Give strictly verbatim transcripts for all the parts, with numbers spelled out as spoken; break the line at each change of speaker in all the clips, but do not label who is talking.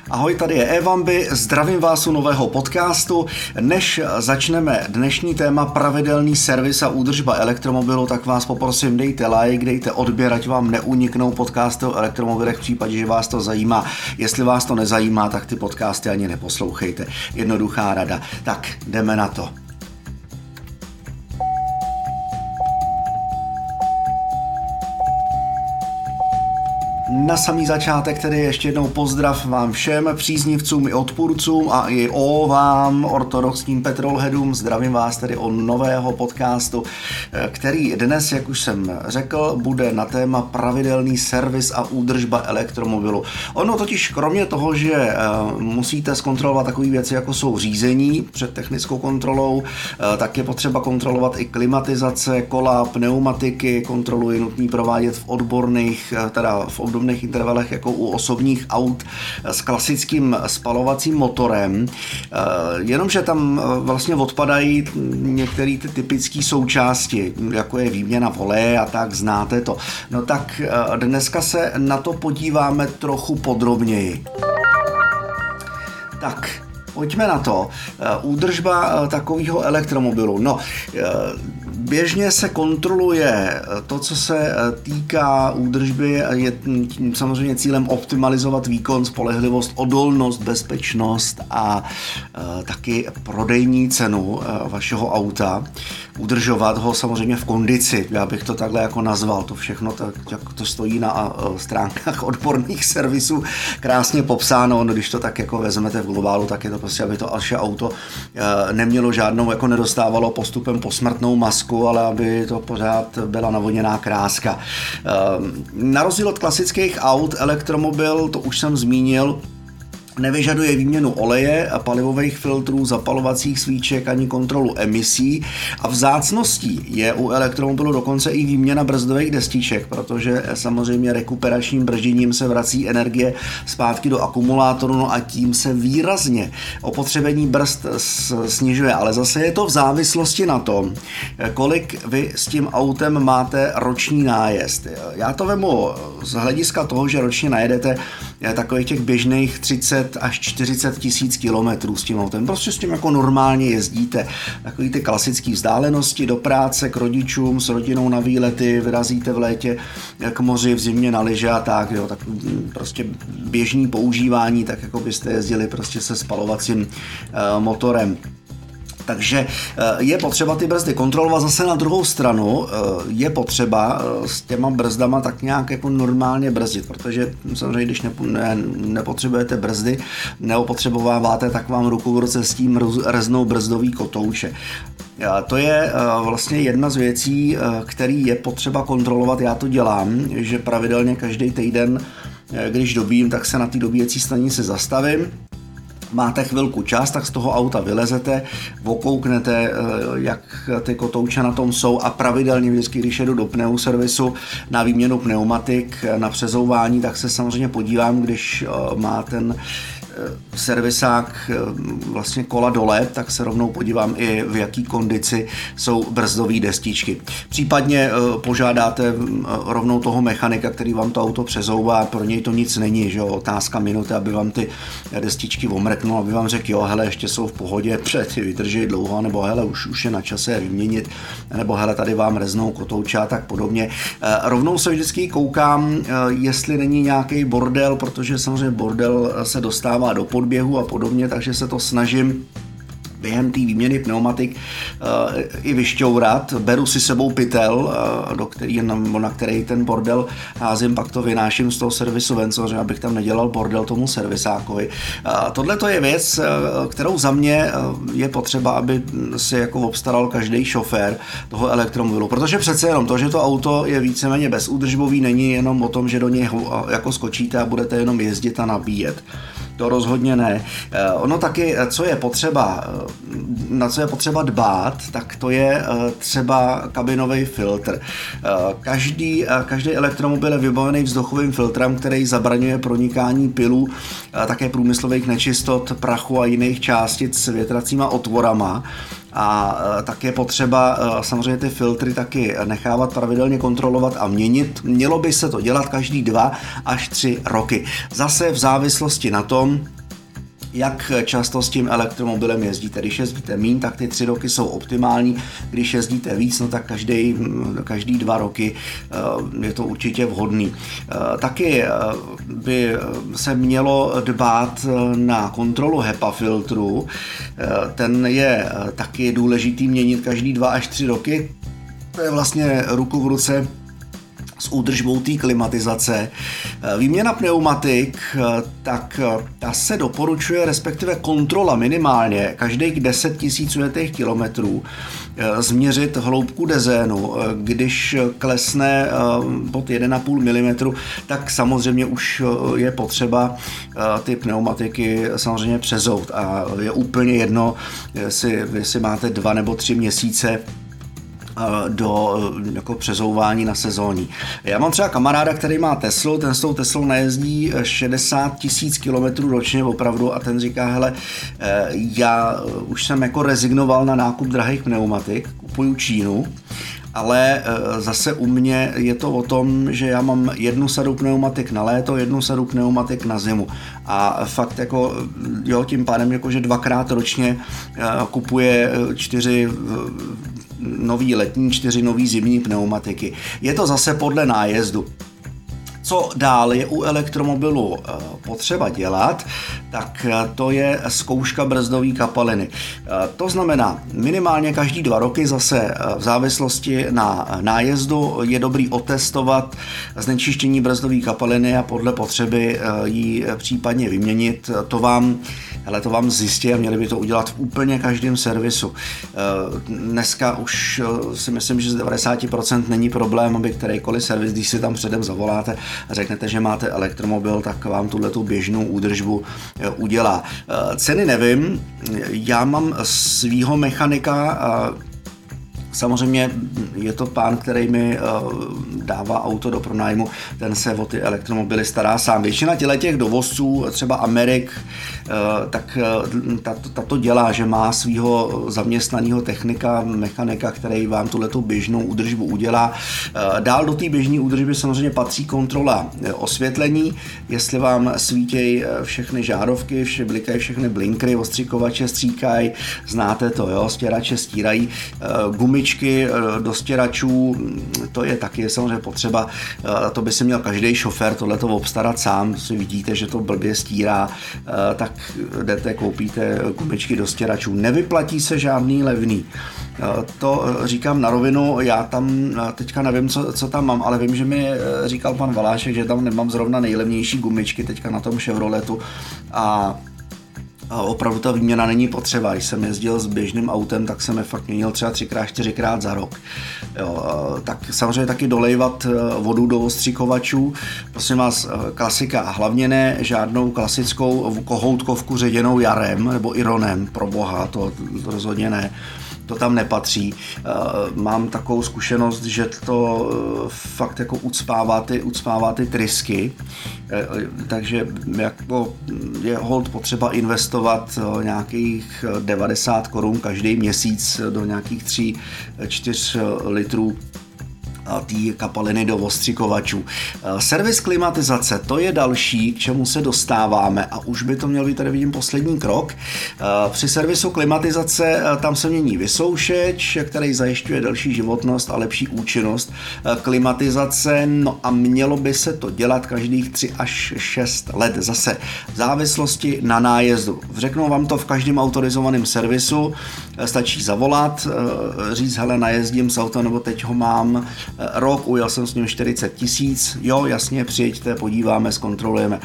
Ahoj, tady je Evambi, zdravím vás u nového podcastu. Než začneme dnešní téma pravidelný servis a údržba elektromobilu, tak vás poprosím, dejte like, dejte odběr, ať vám neuniknou podcasty o elektromobilech v případě, že vás to zajímá. Jestli vás to nezajímá, tak ty podcasty ani neposlouchejte. Jednoduchá rada. Tak, jdeme na to. Na samý začátek tedy ještě jednou pozdrav vám všem příznivcům i odpůrcům a i o vám, ortodoxním petrolheadům. Zdravím vás tedy o nového podcastu, který dnes, jak už jsem řekl, bude na téma pravidelný servis a údržba elektromobilu. Ono totiž kromě toho, že musíte zkontrolovat takové věci, jako jsou řízení před technickou kontrolou, tak je potřeba kontrolovat i klimatizace, kola, pneumatiky, kontrolu je nutný provádět v odborných, teda v obdobných intervalech jako u osobních aut s klasickým spalovacím motorem, jenomže tam vlastně odpadají některé ty typické součásti, jako je výměna oleje a tak, znáte to. No tak dneska se na to podíváme trochu podrobněji. Tak, pojďme na to. Údržba takového elektromobilu. No, běžně se kontroluje to, co se týká údržby, je samozřejmě cílem optimalizovat výkon, spolehlivost, odolnost, bezpečnost a e, taky prodejní cenu e, vašeho auta. Udržovat ho samozřejmě v kondici, já bych to takhle jako nazval, to všechno tak, jak to stojí na e, stránkách odborných servisů krásně popsáno, no, když to tak jako vezmete v globálu, tak je to prostě, aby to vaše auto e, nemělo žádnou, jako nedostávalo postupem posmrtnou masku, ale aby to pořád byla navoněná kráska. Na rozdíl od klasických aut, elektromobil, to už jsem zmínil, nevyžaduje výměnu oleje a palivových filtrů, zapalovacích svíček ani kontrolu emisí a vzácností je u elektromobilu dokonce i výměna brzdových destiček, protože samozřejmě rekuperačním bržděním se vrací energie zpátky do akumulátoru, no a tím se výrazně opotřebení brzd snižuje, ale zase je to v závislosti na tom, kolik vy s tím autem máte roční nájezd. Já to vemu z hlediska toho, že ročně najedete takových těch běžných třicet až čtyřicet tisíc kilometrů s tím autem. Prostě s tím jako normálně jezdíte. Takový ty klasické vzdálenosti do práce, k rodičům, s rodinou na výlety, vyrazíte v létě k moři, v zimě na lyže a tak, jo, tak prostě běžný používání, tak jako byste jezdili prostě se spalovacím uh, motorem. Takže je potřeba ty brzdy kontrolovat. Zase na druhou stranu je potřeba s těma brzdama tak nějak jako normálně brzdit, protože samozřejmě, když nepotřebujete brzdy, neopotřebováváte, tak vám ruku v ruce s tím reznou brzdový kotouče. To je vlastně jedna z věcí, který je potřeba kontrolovat. Já to dělám, že pravidelně každý týden, když dobíjím, tak se na té dobíjecí stanici zastavím. Máte chvilku čas, tak z toho auta vylezete, okouknete, jak ty kotouče na tom jsou a pravidelně vždycky, když jedu do pneuservisu na výměnu pneumatik, na přezouvání, tak se samozřejmě podívám, když má ten servisák vlastně kola dole, tak se rovnou podívám i v jaký kondici jsou brzdové destičky. Případně požádáte rovnou toho mechanika, který vám to auto přezouvá, pro něj to nic není, že jo, otázka minuty, aby vám ty destičky omrknul, aby vám řekl, jo, hele, ještě jsou v pohodě, před vydrží dlouho, nebo hele, už, už je na čase je vyměnit, nebo hele, tady vám reznou kotouče a tak podobně. Rovnou se vždycky koukám, jestli není nějaký bordel, protože samozřejmě bordel se dostává do podběhu a podobně, takže se to snažím během té výměny pneumatik uh, i vyšťourat. Beru si sebou pytel, uh, do který, na, na který ten bordel házím, pak to vynáším z toho servisu ven, což abych tam nedělal bordel tomu servisákovi. Uh, Tohle to je věc, uh, kterou za mě uh, je potřeba, aby si jako obstaral každý šofér toho elektromobilu, protože přece jenom to, že to auto je víceméně bezúdržbový, není jenom o tom, že do něj uh, jako skočíte a budete jenom jezdit a nabíjet. To rozhodně ne. Ono taky, co je potřeba, na co je potřeba dbát, tak to je třeba kabinový filtr. Každý, každý elektromobil je vybavený vzduchovým filtrem, který zabraňuje pronikání pylů, také průmyslových nečistot, prachu a jiných částic s větracíma otvorama. A tak je potřeba samozřejmě ty filtry taky nechávat pravidelně kontrolovat a měnit. Mělo by se to dělat každý dva až tři roky. Zase v závislosti na tom, jak často s tím elektromobilem jezdíte. Když jezdíte míň, tak ty tři roky jsou optimální, když jezdíte víc, no tak každý, každý dva roky je to určitě vhodný. Taky by se mělo dbát na kontrolu HEPA filtru, ten je taky důležitý měnit každý dva až tři roky, to je vlastně ruku v ruce s údržbou té klimatizace. Výměna pneumatik, tak ta se doporučuje, respektive kontrola minimálně každých deset tisíc ujetých kilometrů změřit hloubku dezénu. Když klesne pod jedna celá pět milimetru, tak samozřejmě už je potřeba ty pneumatiky samozřejmě přezout a je úplně jedno, jestli, jestli máte dva nebo tři měsíce do jako přezouvání na sezóní. Já mám třeba kamaráda, který má Teslu, ten s tou Teslou najezdí šedesát tisíc kilometrů ročně opravdu a ten říká, hele, já už jsem jako rezignoval na nákup drahých pneumatik, kupuju Čínu, ale zase u mě je to o tom, že já mám jednu sadu pneumatik na léto, jednu sadu pneumatik na zimu a fakt jako, jo, tím pádem jakože dvakrát ročně kupuje čtyři nový letní, čtyři nový zimní pneumatiky. Je to zase podle nájezdu. Co dál je u elektromobilu potřeba dělat, tak to je zkouška brzdové kapaliny. To znamená, minimálně každý dva roky zase v závislosti na nájezdu je dobrý otestovat znečištění brzdové kapaliny a podle potřeby ji případně vyměnit. To vám, hele, to vám zjistí a měli by to udělat v úplně každém servisu. Dneska už si myslím, že z devadesát procent není problém, aby kterýkoliv servis, když si tam předem zavoláte a řeknete, že máte elektromobil, tak vám tuhletu běžnou údržbu udělá. Ceny nevím, já mám svýho mechanika, samozřejmě je to pán, který mi dává auto do pronájmu, ten se o ty elektromobily stará sám. Většina těch dovozců, třeba Amerik, tak ta to dělá, že má svýho zaměstnaného technika, mechanika, který vám tuhletu běžnou údržbu udělá. Dál do té běžné údržby samozřejmě patří kontrola osvětlení, jestli vám svítějí všechny žárovky, vše blikají všechny blinkry, ostřikovače stříkají, znáte to, jo, stěrače stírají, gumičky do stěračů, to je taky samozřejmě potřeba, to by si měl každý šofér tohleto obstarat sám, si vidíte, že to blbě stírá, tak jdete, koupíte gumičky do stěračů. Nevyplatí se žádný levný. To říkám na rovinu, já tam teďka nevím, co, co tam mám, ale vím, že mi říkal pan Valášek, že tam nemám zrovna nejlevnější gumičky teďka na tom Chevroletu a A opravdu ta výměna není potřeba. Když jsem jezdil s běžným autem, tak jsem je fakt měnil třeba třikrát, čtyřikrát za rok. Jo, tak samozřejmě taky dolejvat vodu do ostřikovačů. Prosím vás, klasika. A hlavně ne žádnou klasickou kohoutkovku ředěnou jarem nebo ironem, pro boha, to, to rozhodně ne. To tam nepatří. Mám takovou zkušenost, že to fakt jako ucpává ty, ucpává ty trysky, takže jako je holt potřeba investovat nějakých devadesát korun každý měsíc do nějakých tři čtyři litrů té kapaliny do ostřikovačů. Servis klimatizace, to je další, k čemu se dostáváme a už by to měl být, tady vidím poslední krok. Při servisu klimatizace tam se mění vysoušeč, který zajišťuje delší životnost a lepší účinnost klimatizace, no a mělo by se to dělat každých tři až šest let. Zase v závislosti na nájezdu. Řeknou vám to v každém autorizovaném servisu, stačí zavolat, říct, hele, najezdím s autem, nebo teď ho mám rok, ujel jsem s ním čtyřicet tisíc, jo, jasně, přijďte, podíváme, zkontrolujeme.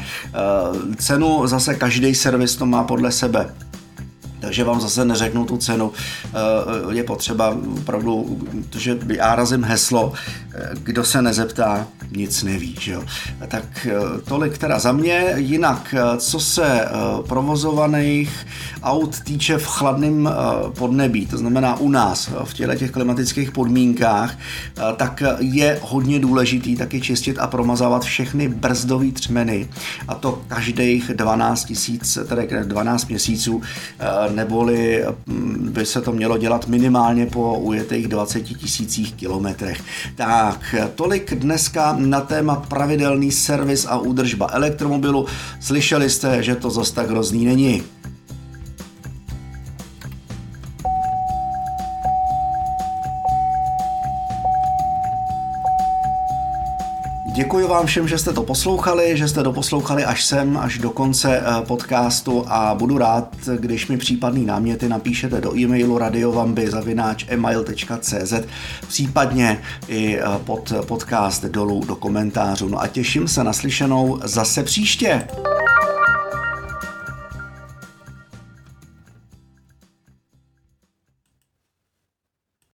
Cenu zase každý servis to má podle sebe. Takže vám zase neřeknu tu cenu. Je potřeba opravdu, protože já razím heslo, kdo se nezeptá, nic neví. Že jo? Tak tolik teda za mě. Jinak, co se provozovaných aut týče v chladném podnebí, to znamená u nás, v těchto těch klimatických podmínkách, tak je hodně důležitý taky čistit a promazávat všechny brzdové třmeny. A to každých dvanáct tisíc, tedy dvanáct měsíců, neboli by se to mělo dělat minimálně po ujetých dvaceti tisících kilometrech. Ta Tak, tolik dneska na téma pravidelný servis a údržba elektromobilu. Slyšeli jste, že to zas tak hrozný není. Děkuji vám všem, že jste to poslouchali, že jste to poslouchali až sem, až do konce podcastu a budu rád, když mi případný náměty napíšete do e-mailu radiovamby zavináč email tečka cé zet, případně i pod podcast dolů do komentářů. No a těším se na slyšenou zase příště.